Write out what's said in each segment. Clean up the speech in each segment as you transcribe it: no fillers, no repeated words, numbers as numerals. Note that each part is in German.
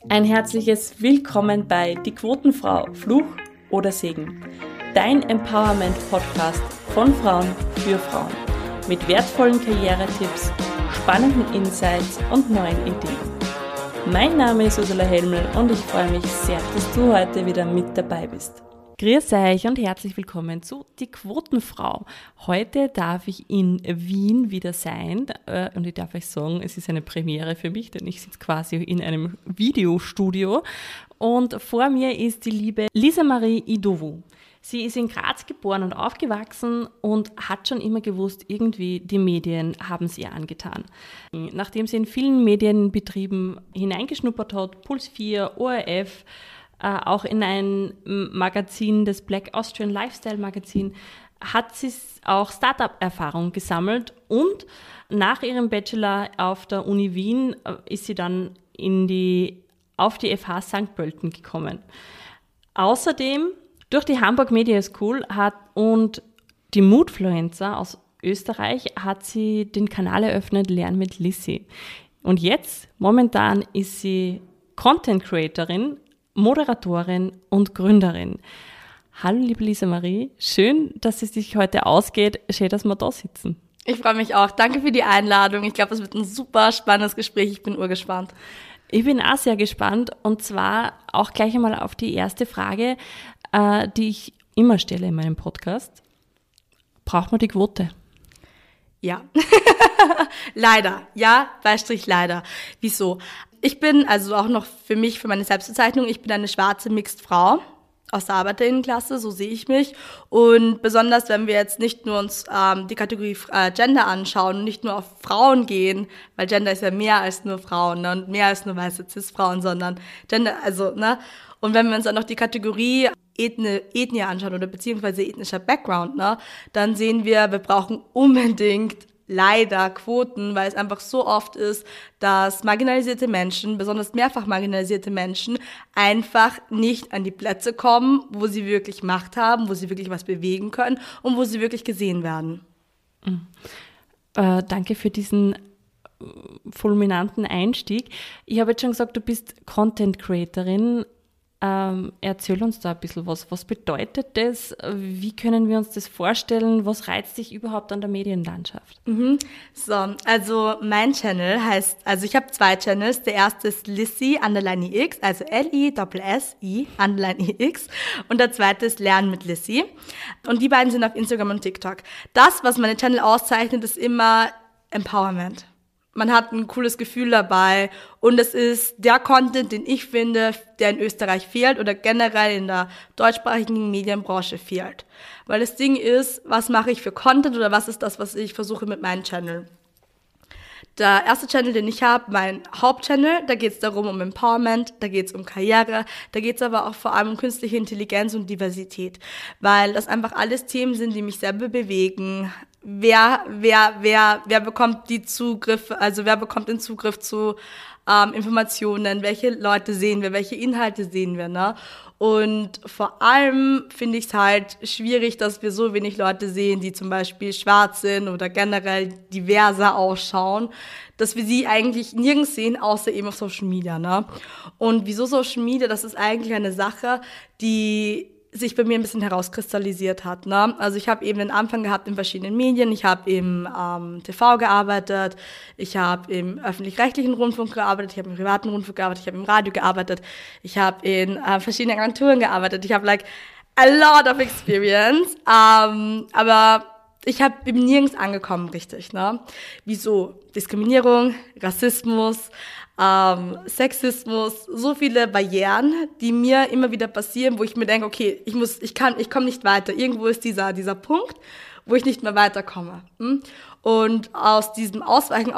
Ein herzliches Willkommen bei Die Quotenfrau, Fluch oder Segen. Dein Empowerment-Podcast von Frauen für Frauen. Mit wertvollen Karrieretipps, spannenden Insights und neuen Ideen. Mein Name ist Ursula Helmel und ich freue mich sehr, dass du heute wieder mit dabei bist. Grüß euch und herzlich willkommen zu Die Quotenfrau. Heute darf ich in Wien wieder sein und ich darf euch sagen, es ist eine Premiere für mich, denn ich sitze quasi in einem Videostudio und vor mir ist die liebe Lisa Marie Idowu. Sie ist in Graz geboren und aufgewachsen und hat schon immer gewusst, irgendwie die Medien haben sie ihr angetan. Nachdem sie in vielen Medienbetrieben hineingeschnuppert hat, Puls 4, ORF, auch in ein Magazin, das Black Austrian Lifestyle Magazin, hat sie auch Startup-Erfahrung gesammelt und nach ihrem Bachelor auf der Uni Wien ist sie dann auf die FH St. Pölten gekommen. Außerdem durch die Hamburg Media School und die Moodfluencer aus Österreich hat sie den Kanal eröffnet, Lern mit Lissi. Und jetzt, momentan, ist sie Content Creatorin, Moderatorin und Gründerin. Hallo liebe Lisa Marie, schön, dass es dich heute ausgeht. Schön, dass wir da sitzen. Ich freue mich auch. Danke für die Einladung. Ich glaube, es wird ein super spannendes Gespräch. Ich bin urgespannt. Ich bin auch sehr gespannt und zwar auch gleich einmal auf die erste Frage, die ich immer stelle in meinem Podcast. Braucht man die Quote? Ja. Leider. Ja, Beistrich leider. Wieso? Ich bin, also auch noch für mich, für meine Selbstbezeichnung, ich bin eine schwarze Mixed Frau aus der Arbeiterinnenklasse, so sehe ich mich. Und besonders, wenn wir jetzt nicht nur uns die Kategorie Gender anschauen, nicht nur auf Frauen gehen, weil Gender ist ja mehr als nur Frauen, ne, und mehr als nur weiße Cis-Frauen, sondern Gender, also, ne. Und wenn wir uns dann noch die Kategorie Ethnie anschauen oder beziehungsweise ethnischer Background, ne, dann sehen wir brauchen unbedingt leider Quoten, weil es einfach so oft ist, dass marginalisierte Menschen, besonders mehrfach marginalisierte Menschen, einfach nicht an die Plätze kommen, wo sie wirklich Macht haben, wo sie wirklich was bewegen können und wo sie wirklich gesehen werden. Danke für diesen fulminanten Einstieg. Ich habe jetzt schon gesagt, du bist Content Creatorin. Erzähl uns da ein bisschen was. Was bedeutet das? Wie können wir uns das vorstellen? Was reizt dich überhaupt an der Medienlandschaft? So, also mein Channel heißt, also ich habe 2 Channels. Der erste ist Lissi_ix, also LISSI_ix. Und der zweite ist Lern mit Lissi. Und die beiden sind auf Instagram und TikTok. Das, was meine Channel auszeichnet, ist immer Empowerment. Man hat ein cooles Gefühl dabei und es ist der Content, den ich finde, der in Österreich fehlt oder generell in der deutschsprachigen Medienbranche fehlt. Weil das Ding ist, was mache ich für Content oder was ist das, was ich versuche mit meinem Channel? Der erste Channel, den ich habe, mein Hauptchannel, da geht es darum um Empowerment, da geht es um Karriere, da geht es aber auch vor allem um künstliche Intelligenz und Diversität, weil das einfach alles Themen sind, die mich selber bewegen. Wer bekommt die Zugriffe, also wer bekommt den Zugriff zu Informationen, welche Leute sehen wir, welche Inhalte sehen wir, ne? Und vor allem finde ich es halt schwierig, dass wir so wenig Leute sehen, die zum Beispiel schwarz sind oder generell diverser ausschauen, dass wir sie eigentlich nirgends sehen, außer eben auf Social Media, ne? Und wieso Social Media? Das ist eigentlich eine Sache, die sich bei mir ein bisschen herauskristallisiert hat, ne? Also ich habe eben den Anfang gehabt in verschiedenen Medien, ich habe im TV gearbeitet, ich habe im öffentlich-rechtlichen Rundfunk gearbeitet, ich habe im privaten Rundfunk gearbeitet, ich habe im Radio gearbeitet, ich habe in verschiedenen Agenturen gearbeitet, ich habe a lot of experience, aber ich bin nirgends angekommen richtig, ne? Wieso? Diskriminierung, Rassismus, Sexismus, so viele Barrieren, die mir immer wieder passieren, wo ich mir denke, okay, ich komme nicht weiter. Irgendwo ist dieser Punkt, wo ich nicht mehr weiterkomme. Und aus diesem Ausweichen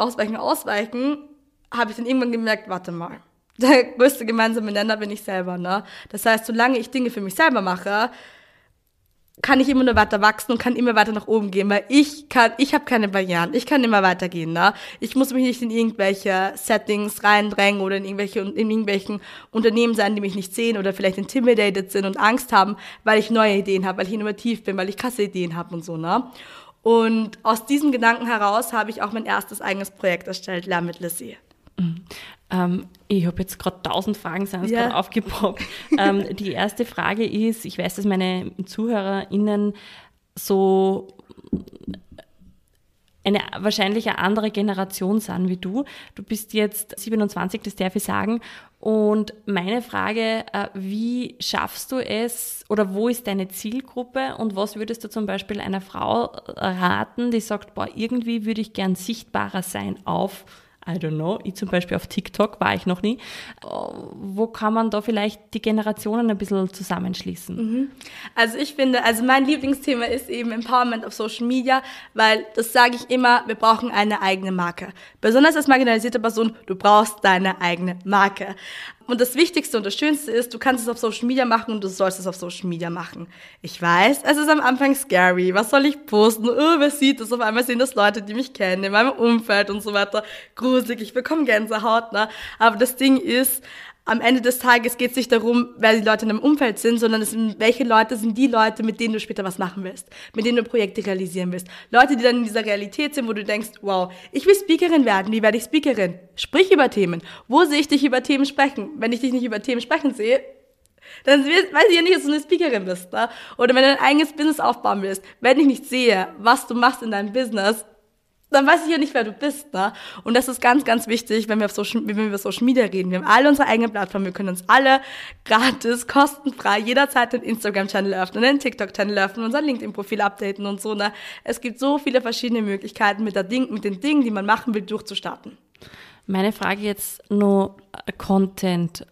habe ich dann irgendwann gemerkt, warte mal, der größte gemeinsame Nenner bin ich selber, ne? Das heißt, solange ich Dinge für mich selber mache, kann ich immer nur weiter wachsen und kann immer weiter nach oben gehen, weil ich habe keine Barrieren, ich kann immer weitergehen, ne? Ich muss mich nicht in irgendwelche Settings reindrängen oder in irgendwelchen Unternehmen sein, die mich nicht sehen oder vielleicht intimidated sind und Angst haben, weil ich neue Ideen habe, weil ich innovativ bin, weil ich krasse Ideen habe und so, ne? Und aus diesem Gedanken heraus habe ich auch mein erstes eigenes Projekt erstellt, Lern mit Lissi. Ich habe jetzt gerade 1000 Fragen, sind gerade aufgepoppt. Die erste Frage ist, ich weiß, dass meine ZuhörerInnen so wahrscheinlich eine andere Generation sind wie du. Du bist jetzt 27, das darf ich sagen. Und meine Frage, wie schaffst du es oder wo ist deine Zielgruppe und was würdest du zum Beispiel einer Frau raten, die sagt, irgendwie würde ich gern sichtbarer sein auf, I don't know, ich zum Beispiel auf TikTok war ich noch nie. Wo kann man da vielleicht die Generationen ein bisschen zusammenschließen? Also ich finde, mein Lieblingsthema ist eben Empowerment auf Social Media, weil das sage ich immer, wir brauchen eine eigene Marke. Besonders als marginalisierte Person, du brauchst deine eigene Marke. Und das Wichtigste und das Schönste ist, du kannst es auf Social Media machen und du sollst es auf Social Media machen. Ich weiß, es ist am Anfang scary. Was soll ich posten? Wer sieht das? Auf einmal sehen das Leute, die mich kennen, in meinem Umfeld und so weiter. Gruselig, ich bekomme Gänsehaut, ne? Aber das Ding ist, am Ende des Tages geht es nicht darum, wer die Leute in deinem Umfeld sind, sondern welche Leute sind die Leute, mit denen du später was machen willst, mit denen du Projekte realisieren willst. Leute, die dann in dieser Realität sind, wo du denkst, wow, ich will Speakerin werden, wie werde ich Speakerin? Sprich über Themen. Wo sehe ich dich über Themen sprechen? Wenn ich dich nicht über Themen sprechen sehe, dann weiß ich ja nicht, dass du eine Speakerin bist. Ne? Oder wenn du ein eigenes Business aufbauen willst, wenn ich nicht sehe, was du machst in deinem Business, dann weiß ich ja nicht, wer du bist, ne? Und das ist ganz, ganz wichtig, wenn wir über Social Media reden. Wir haben alle unsere eigene Plattform. Wir können uns alle gratis, kostenfrei jederzeit einen Instagram-Channel öffnen, einen TikTok-Channel öffnen, unser LinkedIn-Profil updaten und so, ne? Es gibt so viele verschiedene Möglichkeiten, mit den Dingen, die man machen will, durchzustarten. Meine Frage jetzt nur Content.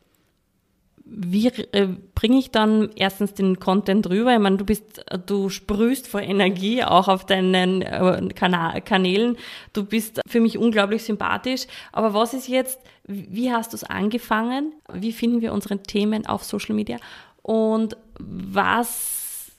Wie bringe ich dann erstens den Content rüber? Ich meine, du sprühst vor Energie auch auf deinen Kanälen. Du bist für mich unglaublich sympathisch. Aber was ist jetzt, wie hast du es angefangen? Wie finden wir unsere Themen auf Social Media? Und was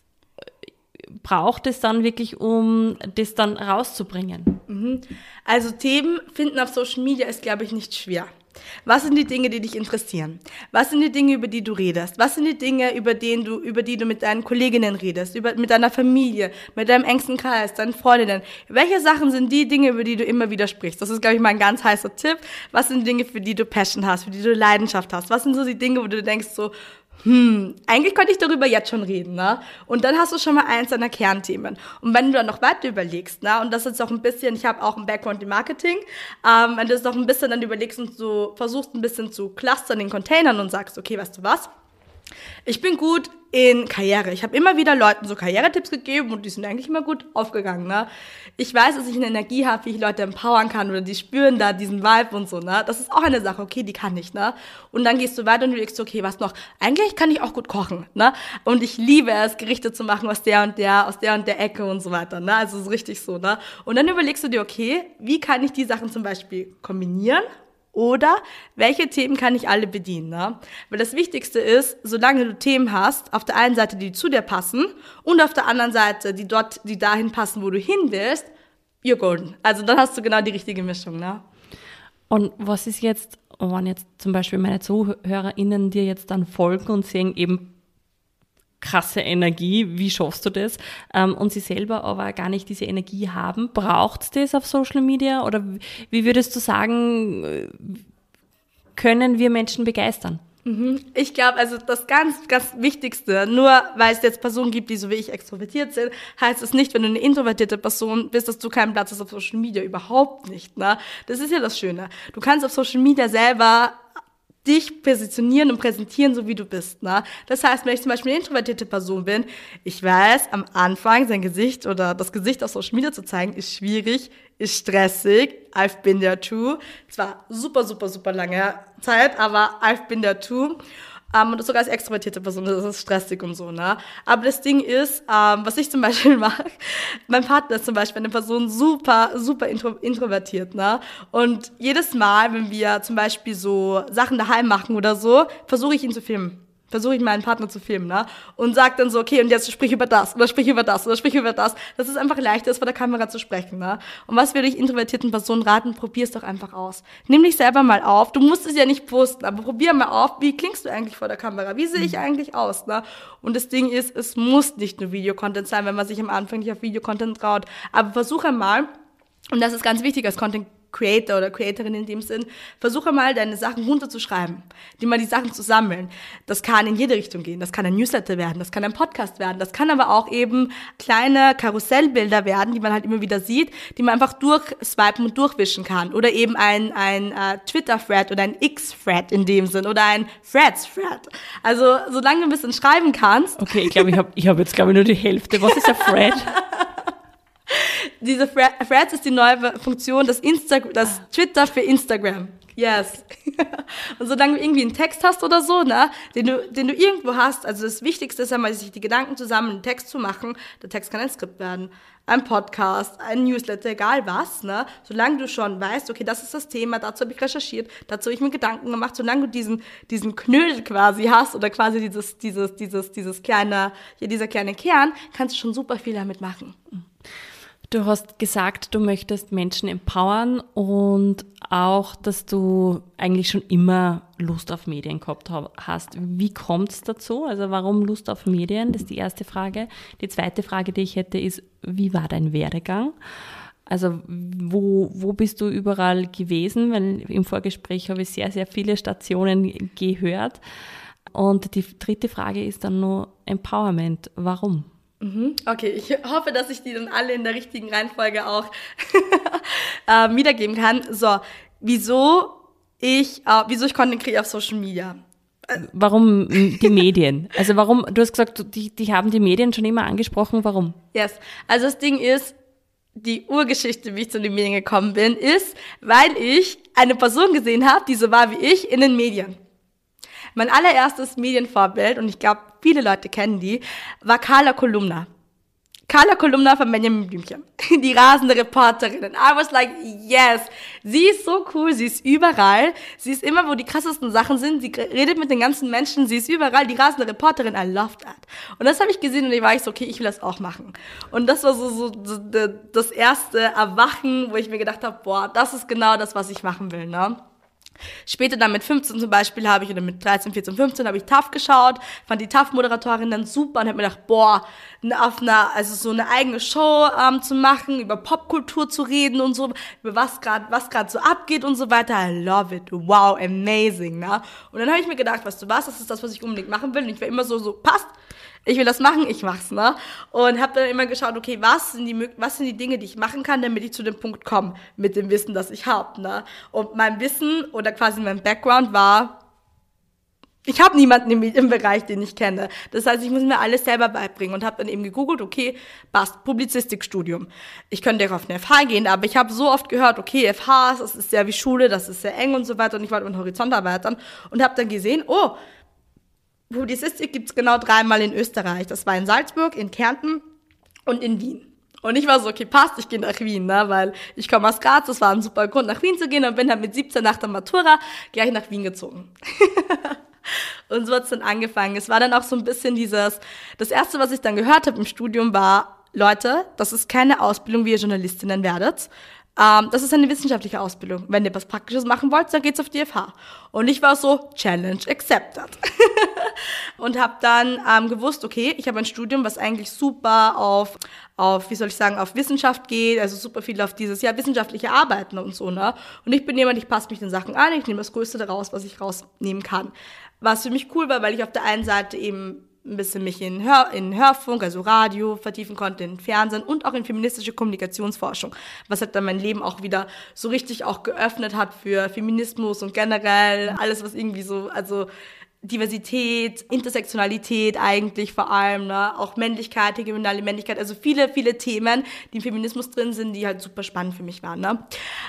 braucht es dann wirklich, um das dann rauszubringen? Also Themen finden auf Social Media ist, glaube ich, nicht schwer. Was sind die Dinge, die dich interessieren? Was sind die Dinge, über die du redest? Was sind die Dinge, über die du mit deinen Kolleginnen redest? Mit deiner Familie, mit deinem engsten Kreis, deinen Freundinnen? Welche Sachen sind die Dinge, über die du immer wieder sprichst? Das ist, glaube ich, mal ein ganz heißer Tipp. Was sind die Dinge, für die du Passion hast, für die du Leidenschaft hast? Was sind so die Dinge, wo du denkst so, eigentlich könnte ich darüber jetzt schon reden, ne? Und dann hast du schon mal eins deiner Kernthemen. Und wenn du dann noch weiter überlegst, ne? Und das ist auch ein bisschen, ich habe auch einen Background im Marketing, wenn du das noch ein bisschen dann überlegst und so versuchst ein bisschen zu clustern in Containern und sagst, okay, weißt du was? Ich bin gut in Karriere. Ich habe immer wieder Leuten so Karrieretipps gegeben und die sind eigentlich immer gut aufgegangen, ne? Ich weiß, dass ich eine Energie habe, wie ich Leute empowern kann oder die spüren da diesen Vibe und so, ne? Das ist auch eine Sache, okay, die kann ich, ne? Und dann gehst du weiter und du denkst, okay, was noch? Eigentlich kann ich auch gut kochen, ne? Und ich liebe es, Gerichte zu machen aus der und der Ecke und so weiter, ne? Also es ist richtig so, ne? Und dann überlegst du dir, okay, wie kann ich die Sachen zum Beispiel kombinieren? Oder welche Themen kann ich alle bedienen? Ne? Weil das Wichtigste ist, solange du Themen hast, auf der einen Seite, die zu dir passen und auf der anderen Seite, die dahin passen, wo du hin willst, you're golden. Also dann hast du genau die richtige Mischung. Ne? Und was ist jetzt, wenn jetzt zum Beispiel meine ZuhörerInnen dir jetzt dann folgen und sehen eben krasse Energie, wie schaffst du das? Und sie selber aber gar nicht diese Energie haben. Braucht es das auf Social Media? Oder wie würdest du sagen, können wir Menschen begeistern? Ich glaube, also das ganz, ganz Wichtigste, nur weil es jetzt Personen gibt, die so wie ich extrovertiert sind, heißt es nicht, wenn du eine introvertierte Person bist, dass du keinen Platz hast auf Social Media. Überhaupt nicht. Ne? Das ist ja das Schöne. Du kannst auf Social Media selber dich positionieren und präsentieren, so wie du bist. Ne? Das heißt, wenn ich zum Beispiel eine introvertierte Person bin, ich weiß, am Anfang sein Gesicht oder das Gesicht auf Social Media zu zeigen, ist schwierig, ist stressig. I've been there too. Zwar super, super, super lange Zeit, aber I've been there too. Und sogar als extrovertierte Person, das ist stressig und so, ne? Aber das Ding ist, was ich zum Beispiel mache, mein Partner ist zum Beispiel eine Person super, super introvertiert, ne? Und jedes Mal, wenn wir zum Beispiel so Sachen daheim machen oder so, versuche ich ihn zu filmen. Versuche ich meinen Partner zu filmen, ne? Und sag dann so, okay, und jetzt sprich über das, oder sprich über das, oder sprich über das. Das ist einfach leichter, ist vor der Kamera zu sprechen, ne? Und was würde ich introvertierten Personen raten? Probier's doch einfach aus. Nimm dich selber mal auf. Du musst es ja nicht posten, aber probier mal auf, wie klingst du eigentlich vor der Kamera? Wie sehe ich eigentlich aus, ne? Und das Ding ist, es muss nicht nur Videocontent sein, wenn man sich am Anfang nicht auf Videocontent traut. Aber versuche mal, und das ist ganz wichtig als Content Creator oder Creatorin in dem Sinn, versuche mal deine Sachen runterzuschreiben, die Sachen zu sammeln. Das kann in jede Richtung gehen. Das kann ein Newsletter werden, das kann ein Podcast werden, das kann aber auch eben kleine Karussellbilder werden, die man halt immer wieder sieht, die man einfach durchswipen und durchwischen kann. Oder eben ein Twitter-Thread oder ein X-Thread in dem Sinn oder ein Threads-Thread. Also solange du ein bisschen schreiben kannst. Okay, ich glaube, ich habe jetzt nur die Hälfte. Was ist ein Thread? Diese Threads ist die neue Funktion, das Twitter für Instagram. Yes. Und solange du irgendwie einen Text hast oder so, ne, den du irgendwo hast, also das Wichtigste ist einmal, sich die Gedanken zusammen, einen Text zu machen. Der Text kann ein Skript werden, ein Podcast, ein Newsletter, egal was, ne. Solange du schon weißt, okay, das ist das Thema, dazu habe ich recherchiert, dazu habe ich mir Gedanken gemacht, solange du diesen Knödel quasi hast oder quasi dieser kleine Kern, kannst du schon super viel damit machen. Du hast gesagt, du möchtest Menschen empowern und auch, dass du eigentlich schon immer Lust auf Medien gehabt hast. Wie kommt es dazu? Also warum Lust auf Medien? Das ist die erste Frage. Die zweite Frage, die ich hätte, ist, wie war dein Werdegang? Also wo bist du überall gewesen? Weil im Vorgespräch habe ich sehr, sehr viele Stationen gehört. Und die dritte Frage ist dann nur Empowerment. Warum? Okay, ich hoffe, dass ich die dann alle in der richtigen Reihenfolge auch wiedergeben kann. So, wieso ich Content kreiere auf Social Media? Warum die Medien? Also warum, du hast gesagt, die haben die Medien schon immer angesprochen, warum? Yes, also das Ding ist, die Urgeschichte, wie ich zu den Medien gekommen bin, ist, weil ich eine Person gesehen habe, die so war wie ich in den Medien. Mein allererstes Medienvorbild, und ich glaube, viele Leute kennen die, war Carla Kolumna. Carla Kolumna von Benjamin Blümchen. Die rasende Reporterin. And I was like, yes. Sie ist so cool, sie ist überall. Sie ist immer, wo die krassesten Sachen sind. Sie redet mit den ganzen Menschen, sie ist überall. Die rasende Reporterin, I love that. Und das habe ich gesehen und ich war so, okay, ich will das auch machen. Und das war so das erste Erwachen, wo ich mir gedacht habe, boah, das ist genau das, was ich machen will, ne? Später dann mit 15 zum Beispiel oder mit 13, 14, 15 habe ich TAF geschaut, fand die TAF-Moderatorin dann super und habe mir gedacht, boah, so eine eigene Show zu machen, über Popkultur zu reden und so, über was gerade so abgeht und so weiter. I love it. Wow, amazing, ne? Und dann habe ich mir gedacht, weißt du was, das ist das, was ich unbedingt machen will. Und ich war immer so, passt, ich will das machen, ich mach's, ne? Und habe dann immer geschaut, okay, was sind die Dinge, die ich machen kann, damit ich zu dem Punkt komme, mit dem Wissen, das ich habe, ne? Und mein Wissen oder quasi mein Background war, ich habe niemanden im Bereich, den ich kenne. Das heißt, ich muss mir alles selber beibringen und habe dann eben gegoogelt, okay, passt, Publizistikstudium. Ich könnte ja auf eine FH gehen, aber ich habe so oft gehört, okay, FH, das ist sehr wie Schule, das ist sehr eng und so weiter und ich wollte meinen Horizont erweitern und habe dann gesehen, oh, Publizistik gibt's genau 3-mal in Österreich. Das war in Salzburg, in Kärnten und in Wien. Und ich war so, okay, passt, ich gehe nach Wien, ne, weil ich komme aus Graz, das war ein super Grund, nach Wien zu gehen und bin dann mit 17 nach der Matura gleich nach Wien gezogen. Und so hat's dann angefangen. Es war dann auch so ein bisschen das erste, was ich dann gehört habe im Studium war, Leute, das ist keine Ausbildung, wie ihr Journalistinnen werdet. Das ist eine wissenschaftliche Ausbildung. Wenn ihr was Praktisches machen wollt, dann geht's auf die FH. Und ich war so, Challenge accepted. Und habe dann gewusst, okay, ich habe ein Studium, was eigentlich super auf Wissenschaft geht, also super viel auf dieses, wissenschaftliche Arbeiten und so, ne? Und ich bin jemand, ich passe mich den Sachen an, ich nehme das Größte daraus, was ich rausnehmen kann. Was für mich cool war, weil ich auf der einen Seite eben ein bisschen mich in Hörfunk, also Radio, vertiefen konnte, in Fernsehen und auch in feministische Kommunikationsforschung, was halt dann mein Leben auch wieder so richtig auch geöffnet hat für Feminismus und generell alles, was irgendwie so, also Diversität, Intersektionalität eigentlich vor allem, ne? Auch Männlichkeit, hegemonale Männlichkeit, also viele, viele Themen, die im Feminismus drin sind, die halt super spannend für mich waren, ne?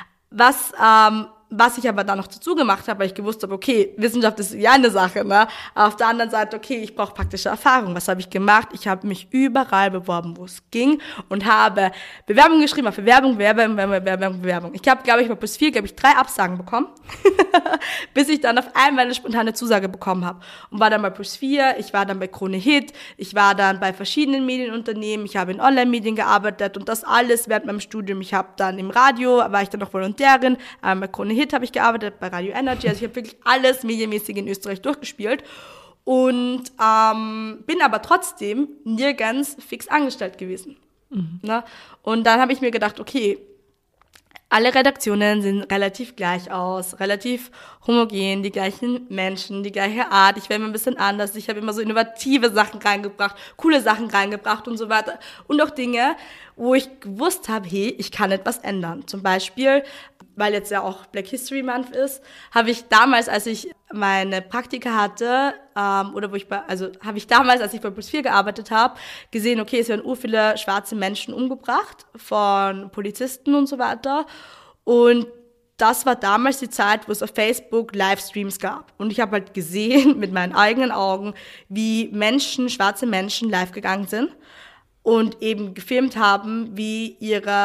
Was ich aber dann noch dazu gemacht habe, weil ich gewusst habe, okay, Wissenschaft ist ja eine Sache, ne? Auf der anderen Seite, okay, ich brauche praktische Erfahrung. Was habe ich gemacht? Ich habe mich überall beworben, wo es ging und habe Bewerbungen geschrieben, auf Bewerbung. Ich habe, glaube ich, bei +4, 3 Absagen bekommen, bis ich dann auf einmal eine spontane Zusage bekommen habe. Und war dann bei +4, ich war dann bei Krone Hit, ich war dann bei verschiedenen Medienunternehmen, ich habe in Online-Medien gearbeitet und das alles während meinem Studium. Ich habe dann im Radio, war ich dann noch Volontärin, bei Krone Hit habe ich gearbeitet, bei Radio Energy, also ich habe wirklich alles medienmäßig in Österreich durchgespielt und bin aber trotzdem nirgends fix angestellt gewesen. Mhm. Ne? Und dann habe ich mir gedacht, okay, alle Redaktionen sehen relativ gleich aus, relativ homogen, die gleichen Menschen, die gleiche Art. Ich wäre immer ein bisschen anders. Ich habe immer so innovative Sachen reingebracht, coole Sachen reingebracht und so weiter. Und auch Dinge, wo ich gewusst habe, hey, ich kann etwas ändern. Zum Beispiel, weil jetzt ja auch Black History Month ist, habe ich damals, als ich meine Praktika hatte, habe ich damals, als ich bei Plus 4 gearbeitet habe, gesehen, okay, es werden viele schwarze Menschen umgebracht von Polizisten und so weiter. Und das war damals die Zeit, wo es auf Facebook Livestreams gab. Und ich habe halt gesehen mit meinen eigenen Augen, wie schwarze Menschen live gegangen sind und eben gefilmt haben, wie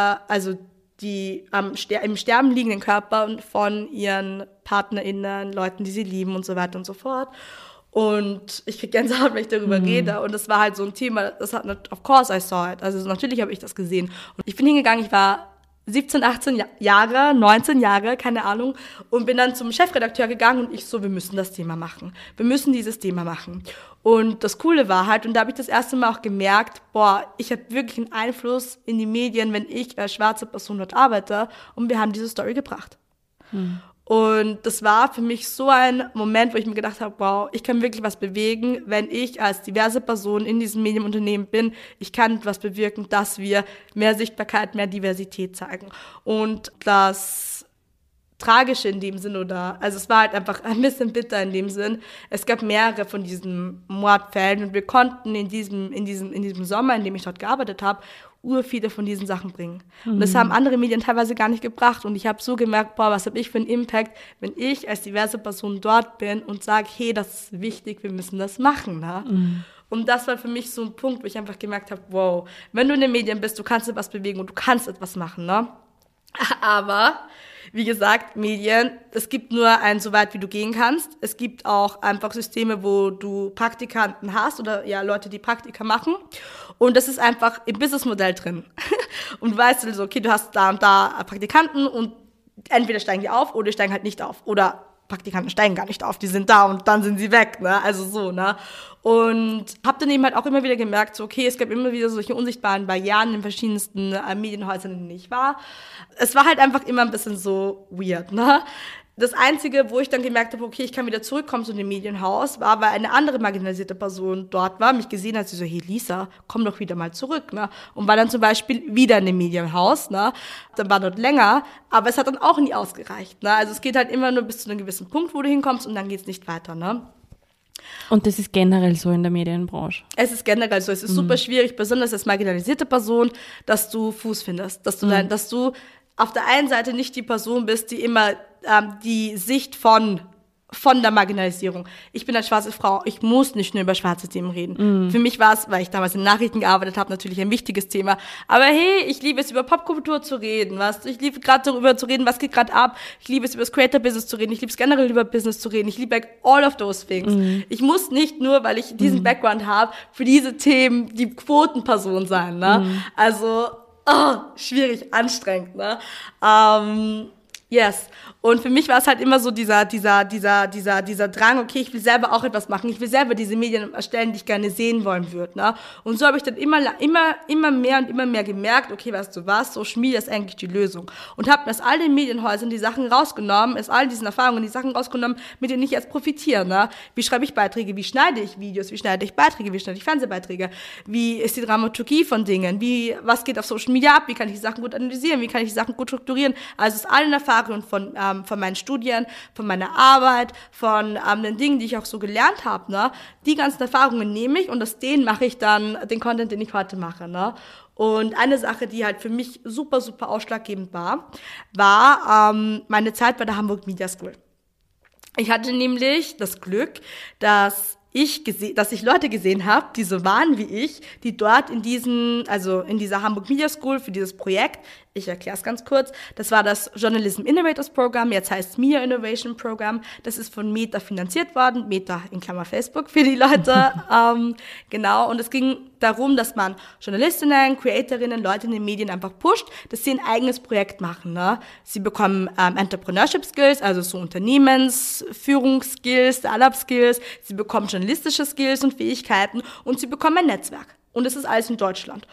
die im Sterben liegenden Körper von ihren PartnerInnen, Leuten, die sie lieben und so weiter und so fort. Und ich kriege Gänsehaut, wenn ich darüber rede. Und das war halt so ein Thema, das hat, of course I saw it. Also natürlich habe ich das gesehen. Und ich bin hingegangen, ich war 17, 18 Jahre, 19 Jahre, keine Ahnung, und bin dann zum Chefredakteur gegangen und ich so, wir müssen das Thema machen. Wir müssen dieses Thema machen. Und das Coole war halt, und da habe ich das erste Mal auch gemerkt, ich habe wirklich einen Einfluss in die Medien, wenn ich als schwarze Person dort arbeite, und wir haben diese Story gebracht. Und das war für mich so ein Moment, wo ich mir gedacht habe, wow, ich kann wirklich was bewegen, wenn ich als diverse Person in diesem Medienunternehmen bin. Ich kann was bewirken, dass wir mehr Sichtbarkeit, mehr Diversität zeigen. Und das Tragische in dem Sinn, also es war halt einfach ein bisschen bitter in dem Sinn. Es gab mehrere von diesen Mordfällen und wir konnten in diesem Sommer, in dem ich dort gearbeitet habe, viele von diesen Sachen bringen. Und das haben andere Medien teilweise gar nicht gebracht. Und ich habe so gemerkt, was habe ich für einen Impact, wenn ich als diverse Person dort bin und sage, hey, das ist wichtig, wir müssen das machen. Ne? Und das war für mich so ein Punkt, wo ich einfach gemerkt habe, wow, wenn du in den Medien bist, du kannst etwas bewegen und du kannst etwas machen. Ne? Aber wie gesagt, Medien, es gibt nur ein so weit, wie du gehen kannst. Es gibt auch einfach Systeme, wo du Praktikanten hast oder ja Leute, die Praktika machen. Und das ist einfach im Businessmodell drin. Und du weißt also, okay, du hast da und da Praktikanten und entweder steigen die auf oder die steigen halt nicht auf. Oder Praktikanten steigen gar nicht auf, die sind da und dann sind sie weg, ne? Also so, ne? Und habe dann eben halt auch immer wieder gemerkt, so okay, es gab immer wieder solche unsichtbaren Barrieren in verschiedensten Medienhäusern, in denen ich war. Es war halt einfach immer ein bisschen so weird, ne? Das Einzige, wo ich dann gemerkt habe, okay, ich kann wieder zurückkommen zu dem Medienhaus, war, weil eine andere marginalisierte Person dort war, mich gesehen hat, sie so, hey Lisa, komm doch wieder mal zurück, ne? Und war dann zum Beispiel wieder in dem Medienhaus, ne? Dann war dort länger, aber es hat dann auch nie ausgereicht, ne? Also es geht halt immer nur bis zu einem gewissen Punkt, wo du hinkommst und dann geht's nicht weiter, ne? Und das ist generell so in der Medienbranche? Es ist generell so, es ist super schwierig, besonders als marginalisierte Person, dass du Fuß findest, dass du auf der einen Seite nicht die Person bist, die immer die Sicht von der Marginalisierung. Ich bin als schwarze Frau, ich muss nicht nur über schwarze Themen reden. Für mich war es, weil ich damals in Nachrichten gearbeitet habe, natürlich ein wichtiges Thema. Aber hey, ich liebe es, über Popkultur zu reden. Ich liebe gerade darüber zu reden, was geht gerade ab. Ich liebe es, über das Creator-Business zu reden. Ich liebe es generell, über Business zu reden. Ich liebe all of those things. Ich muss nicht nur, weil ich diesen Background habe, für diese Themen die Quotenperson sein. Ne? Also, schwierig, anstrengend. Ne? Yes. Und für mich war es halt immer so dieser Drang, okay, ich will selber auch etwas machen. Ich will selber diese Medien erstellen, die ich gerne sehen wollen würde, ne? Und so habe ich dann immer mehr und immer mehr gemerkt, okay, weißt du was, Social Media ist eigentlich die Lösung. Und habe aus all den Medienhäusern die Sachen rausgenommen, aus all diesen Erfahrungen die Sachen rausgenommen, mit denen ich jetzt profitiere, ne? Wie schreibe ich Beiträge, wie schneide ich Videos, wie schneide ich Beiträge, wie schneide ich Fernsehbeiträge, wie ist die Dramaturgie von Dingen, was geht auf Social Media ab, wie kann ich die Sachen gut analysieren, wie kann ich die Sachen gut strukturieren. Also aus allen Erfahrungen von meinen Studien, von meiner Arbeit, von den Dingen, die ich auch so gelernt habe, ne? Die ganzen Erfahrungen nehme ich und aus denen mache ich dann den Content, den ich heute mache, ne? Und eine Sache, die halt für mich super, super ausschlaggebend war meine Zeit bei der Hamburg Media School. Ich hatte nämlich das Glück, dass ich Leute gesehen habe, die so waren wie ich, die dort in dieser Hamburg Media School für dieses Projekt, ich erkläre es ganz kurz, das war das Journalism Innovators Program, jetzt heißt es Media Innovation Program, das ist von Meta finanziert worden, Meta in Klammer Facebook für die Leute, genau, und es ging darum, dass man Journalistinnen, Creatorinnen, Leute in den Medien einfach pusht, dass sie ein eigenes Projekt machen, ne? Sie bekommen Entrepreneurship Skills, also so Unternehmensführungsskills, Startup Skills, sie bekommen journalistische Skills und Fähigkeiten und sie bekommen ein Netzwerk. Und das ist alles in Deutschland.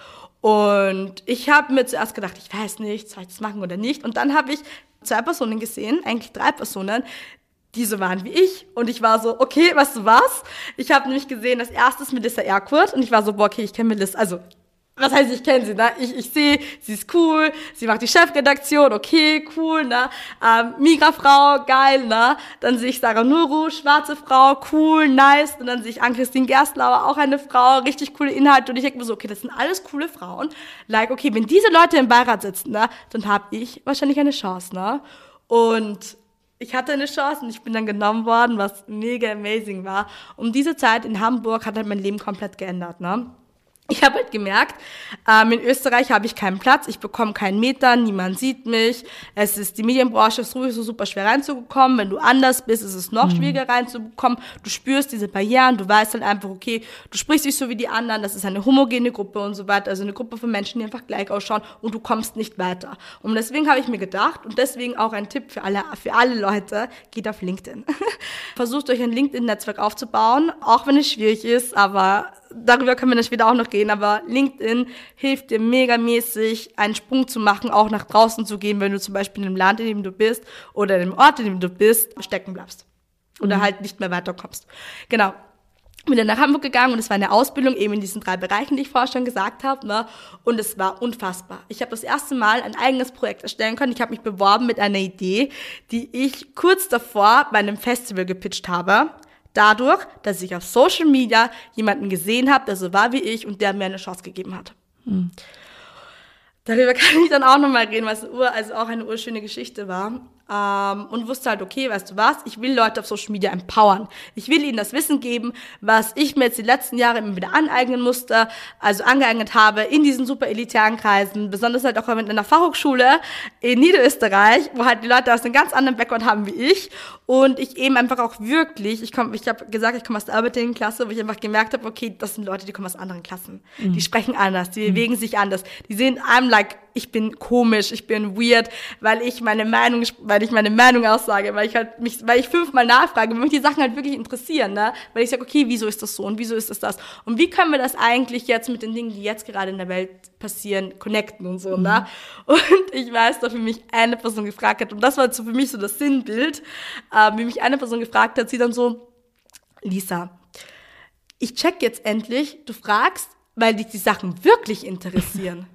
Und ich habe mir zuerst gedacht, ich weiß nicht, soll ich das machen oder nicht? Und dann habe ich 2 Personen gesehen, eigentlich 3 Personen, die so waren wie ich. Und ich war so, okay, weißt du was? Ich habe nämlich gesehen, als erstes Melissa Erkurt. Und ich war so, boah, okay, ich kenne Melissa, also was heißt, ich kenne sie, ne? Ich sehe, sie ist cool, sie macht die Chefredaktion, okay, cool, ne? Migrafrau, geil, ne? Dann sehe ich Sarah Nuru, schwarze Frau, cool, nice. Und dann sehe ich Ann-Christine Gerstlauer, auch eine Frau, richtig coole Inhalte. Und ich denke mir so, okay, das sind alles coole Frauen. Like, okay, wenn diese Leute im Beirat sitzen, ne? Dann habe ich wahrscheinlich eine Chance, ne? Und ich hatte eine Chance und ich bin dann genommen worden, was mega amazing war. Um diese Zeit in Hamburg hat halt mein Leben komplett geändert, ne? Ich habe halt gemerkt, in Österreich habe ich keinen Platz, ich bekomme keinen Meter, niemand sieht mich. Es ist, die Medienbranche ist sowieso super schwer reinzubekommen. Wenn du anders bist, ist es noch schwieriger reinzubekommen. Du spürst diese Barrieren, du weißt halt einfach, okay, du sprichst nicht so wie die anderen, das ist eine homogene Gruppe und so weiter, also eine Gruppe von Menschen, die einfach gleich ausschauen und du kommst nicht weiter. Und deswegen habe ich mir gedacht, und deswegen auch ein Tipp für alle Leute, geht auf LinkedIn. Versucht euch ein LinkedIn-Netzwerk aufzubauen, auch wenn es schwierig ist, aber darüber können wir dann später auch noch gehen, aber LinkedIn hilft dir megamäßig, einen Sprung zu machen, auch nach draußen zu gehen, wenn du zum Beispiel in dem Land, in dem du bist, oder in dem Ort, in dem du bist, stecken bleibst. Oder halt nicht mehr weiterkommst. Genau. Bin dann nach Hamburg gegangen und es war eine Ausbildung eben in diesen 3 Bereichen, die ich vorher schon gesagt habe, ne? Und es war unfassbar. Ich habe das erste Mal ein eigenes Projekt erstellen können. Ich habe mich beworben mit einer Idee, die ich kurz davor bei einem Festival gepitcht habe. Dadurch, dass ich auf Social Media jemanden gesehen habe, der so war wie ich und der mir eine Chance gegeben hat. Darüber kann ich dann auch nochmal reden, weil es auch eine urschöne Geschichte war. Und wusste halt, okay, weißt du was, ich will Leute auf Social Media empowern. Ich will ihnen das Wissen geben, was ich mir jetzt die letzten Jahre immer wieder angeeignet habe in diesen super elitären Kreisen, besonders halt auch mit einer Fachhochschule in Niederösterreich, wo halt die Leute aus einem ganz anderen Background haben wie ich und ich eben einfach auch wirklich, ich habe gesagt, ich komme aus der Arbeiterklasse, wo ich einfach gemerkt habe, okay, das sind Leute, die kommen aus anderen Klassen. Die sprechen anders, die bewegen sich anders, die sehen I'm like, ich bin komisch, ich bin weird, weil ich meine Meinung aussage, weil ich 5-mal nachfrage, weil mich die Sachen halt wirklich interessieren, ne? Weil ich sage, okay, wieso ist das so und wieso ist das? Und wie können wir das eigentlich jetzt mit den Dingen, die jetzt gerade in der Welt passieren, connecten und so, ne? Und ich weiß, dass für mich eine Person gefragt hat, und das war so für mich so das Sinnbild, wie mich eine Person gefragt hat, sie dann so, Lisa, ich check jetzt endlich, du fragst, weil dich die Sachen wirklich interessieren.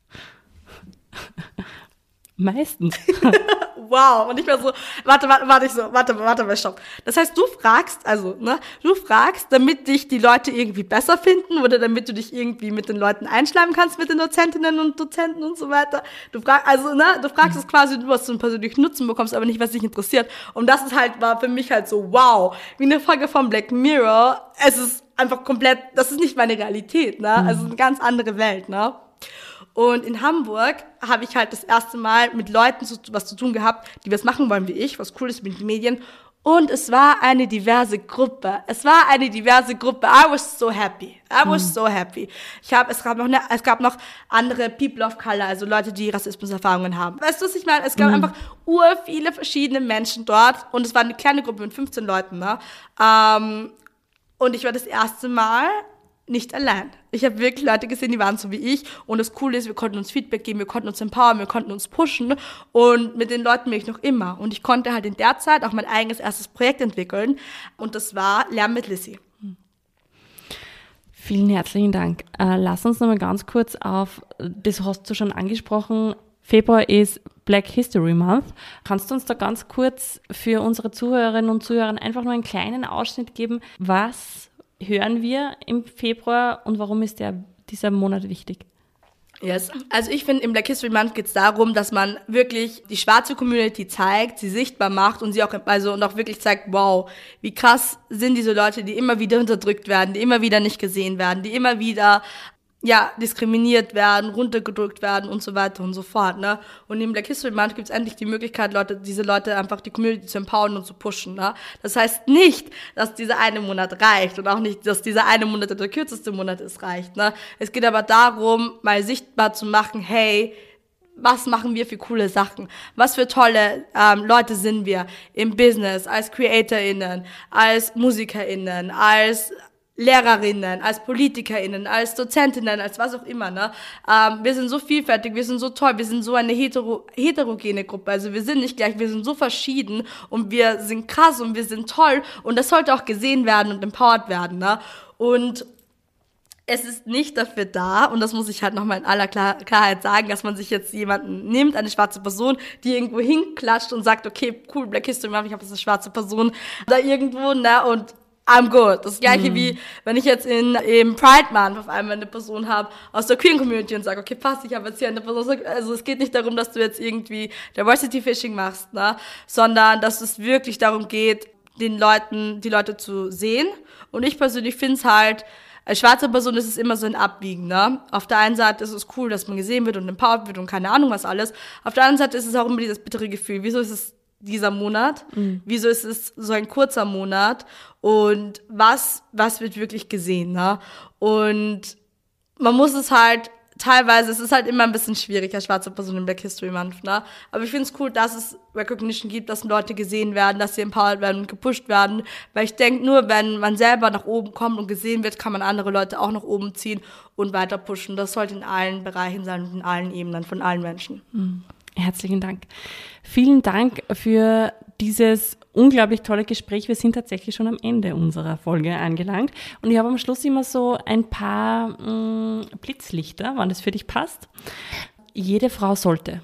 Meistens. Wow. Und ich war so, warte, stopp. Das heißt, du fragst, damit dich die Leute irgendwie besser finden oder damit du dich irgendwie mit den Leuten einschleimen kannst, mit den Dozentinnen und Dozenten und so weiter. Du fragst es quasi, du hast so einen persönlichen Nutzen bekommst, aber nicht, was dich interessiert. Und das ist halt, war für mich halt so, wow. Wie eine Folge von Black Mirror. Es ist einfach komplett, das ist nicht meine Realität, ne? Also eine ganz andere Welt, ne? Und in Hamburg habe ich halt das erste Mal mit Leuten was zu tun gehabt, die was machen wollen wie ich, was cool ist mit den Medien. Und es war eine diverse Gruppe. I was so happy. Es gab noch andere People of Color, also Leute, die Rassismuserfahrungen haben. Weißt du, was ich meine? Es gab einfach viele verschiedene Menschen dort. Und es war eine kleine Gruppe mit 15 Leuten, ne? Und ich war das erste Mal nicht allein. Ich habe wirklich Leute gesehen, die waren so wie ich. Und das Coole ist, wir konnten uns Feedback geben, wir konnten uns empowern, wir konnten uns pushen. Und mit den Leuten bin ich noch immer. Und ich konnte halt in der Zeit auch mein eigenes erstes Projekt entwickeln. Und das war Lern mit Lissy. Vielen herzlichen Dank. Lass uns nochmal ganz kurz das hast du schon angesprochen, Februar ist Black History Month. Kannst du uns da ganz kurz für unsere Zuhörerinnen und Zuhörer einfach nur einen kleinen Ausschnitt geben, was hören wir im Februar und warum ist dieser Monat wichtig? Yes. Also ich finde, im Black History Month geht es darum, dass man wirklich die schwarze Community zeigt, sie sichtbar macht und sie auch, und auch wirklich zeigt, wow, wie krass sind diese Leute, die immer wieder unterdrückt werden, die immer wieder nicht gesehen werden, die immer wieder diskriminiert werden, runtergedrückt werden und so weiter und so fort, ne? Und im Black History Month gibt es endlich die Möglichkeit, diese Leute einfach die Community zu empowern und zu pushen, ne? Das heißt nicht, dass dieser eine Monat reicht und auch nicht, dass dieser eine Monat der kürzeste Monat reicht, ne? Es geht aber darum, mal sichtbar zu machen, hey, was machen wir für coole Sachen? Was für tolle Leute sind wir im Business, als CreatorInnen, als MusikerInnen, als Lehrerinnen, als PolitikerInnen, als Dozentinnen, als was auch immer, ne? Wir sind so vielfältig, wir sind so toll, wir sind so eine heterogene Gruppe, also wir sind nicht gleich, wir sind so verschieden und wir sind krass und wir sind toll und das sollte auch gesehen werden und empowered werden, ne? Und es ist nicht dafür da, und das muss ich halt nochmal in aller Klarheit sagen, dass man sich jetzt jemanden nimmt, eine schwarze Person, die irgendwo hinklatscht und sagt, okay, cool, Black History Month, ich habe jetzt eine schwarze Person da irgendwo, ne, und I'm good. Das gleiche wie, wenn ich jetzt im Pride Month auf einmal eine Person habe aus der Queer Community und sage, okay, passt, ich habe jetzt hier eine Person, also es geht nicht darum, dass du jetzt irgendwie Diversity Fishing machst, ne, sondern dass es wirklich darum geht, die Leute zu sehen, und ich persönlich finde es halt, als schwarze Person ist es immer so ein Abwiegen, ne? Auf der einen Seite ist es cool, dass man gesehen wird und empowered wird und keine Ahnung was alles. Auf der anderen Seite ist es auch immer dieses bittere Gefühl. Wieso ist es dieser Monat? Wieso ist es so ein kurzer Monat? Und was wird wirklich gesehen, ne? Und man muss es halt teilweise, es ist halt immer ein bisschen schwierig als schwarze Person im Black History Month, ne? Aber ich finde es cool, dass es Recognition gibt, dass Leute gesehen werden, dass sie empowered werden und gepusht werden, weil ich denke, nur wenn man selber nach oben kommt und gesehen wird, kann man andere Leute auch nach oben ziehen und weiter pushen. Das sollte in allen Bereichen sein und in allen Ebenen von allen Menschen. Herzlichen Dank. Vielen Dank für dieses unglaublich tolle Gespräch. Wir sind tatsächlich schon am Ende unserer Folge angelangt. Und ich habe am Schluss immer so ein paar Blitzlichter, wann das für dich passt. Jede Frau sollte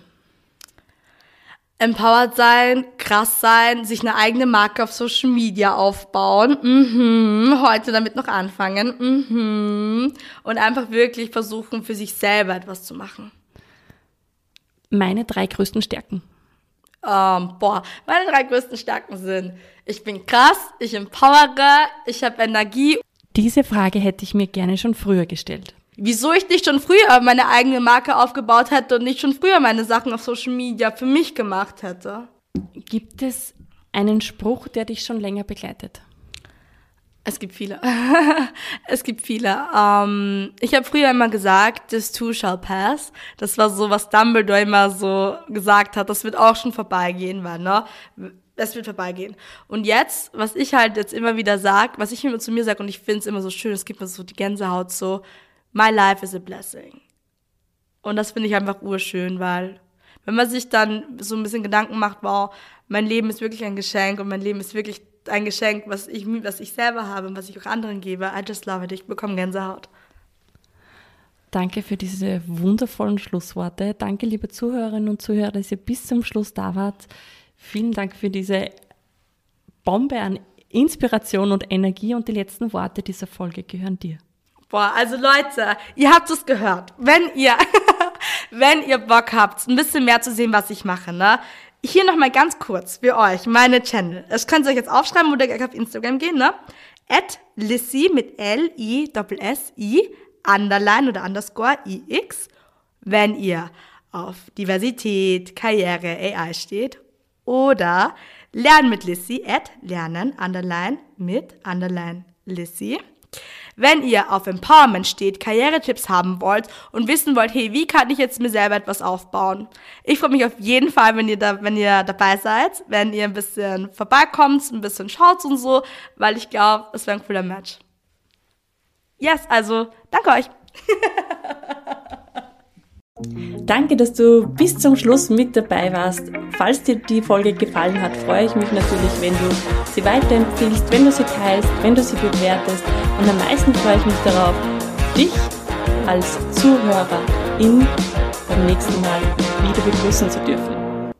empowered sein, krass sein, sich eine eigene Marke auf Social Media aufbauen, heute damit noch anfangen, und einfach wirklich versuchen, für sich selber etwas zu machen. Meine 3 größten Stärken. Meine 3 größten Stärken sind, ich bin krass, ich empowere, ich habe Energie. Diese Frage hätte ich mir gerne schon früher gestellt. Wieso ich nicht schon früher meine eigene Marke aufgebaut hätte und nicht schon früher meine Sachen auf Social Media für mich gemacht hätte? Gibt es einen Spruch, der dich schon länger begleitet? Es gibt viele. Ich habe früher immer gesagt, this too shall pass. Das war so, was Dumbledore immer so gesagt hat. Das wird auch schon vorbeigehen, es wird vorbeigehen. Und jetzt, was ich halt jetzt immer wieder sage, was ich immer zu mir sage, und ich finde es immer so schön, es gibt mir so die Gänsehaut, so, my life is a blessing. Und das finde ich einfach urschön, weil wenn man sich dann so ein bisschen Gedanken macht, wow, mein Leben ist wirklich ein Geschenk und mein Leben ist wirklich ein Geschenk, was ich selber habe und was ich auch anderen gebe. I just love it. Ich bekomme Gänsehaut. Danke für diese wundervollen Schlussworte. Danke, liebe Zuhörerinnen und Zuhörer, dass ihr bis zum Schluss da wart. Vielen Dank für diese Bombe an Inspiration und Energie, und die letzten Worte dieser Folge gehören dir. Also Leute, ihr habt es gehört. Wenn ihr Bock habt, ein bisschen mehr zu sehen, was ich mache, ne? Hier nochmal ganz kurz für euch, meine Channel. Das könnt ihr euch jetzt aufschreiben oder gleich auf Instagram gehen, ne? @Lissi mit LISSI _ oder _IX, wenn ihr auf Diversität, Karriere, AI steht. Oder Lernen mit Lissi @Lernen _ mit _Lissi. Wenn ihr auf Empowerment steht, Karrieretipps haben wollt und wissen wollt, hey, wie kann ich jetzt mir selber etwas aufbauen? Ich freue mich auf jeden Fall, wenn ihr dabei seid, wenn ihr ein bisschen vorbeikommt, ein bisschen schaut und so, weil ich glaube, es wäre ein cooler Match. Yes, also, danke euch. Danke, dass du bis zum Schluss mit dabei warst. Falls dir die Folge gefallen hat, freue ich mich natürlich, wenn du sie weiterempfiehlst, wenn du sie teilst, wenn du sie bewertest. Und am meisten freue ich mich darauf, dich als Zuhörerin beim nächsten Mal wieder begrüßen zu dürfen.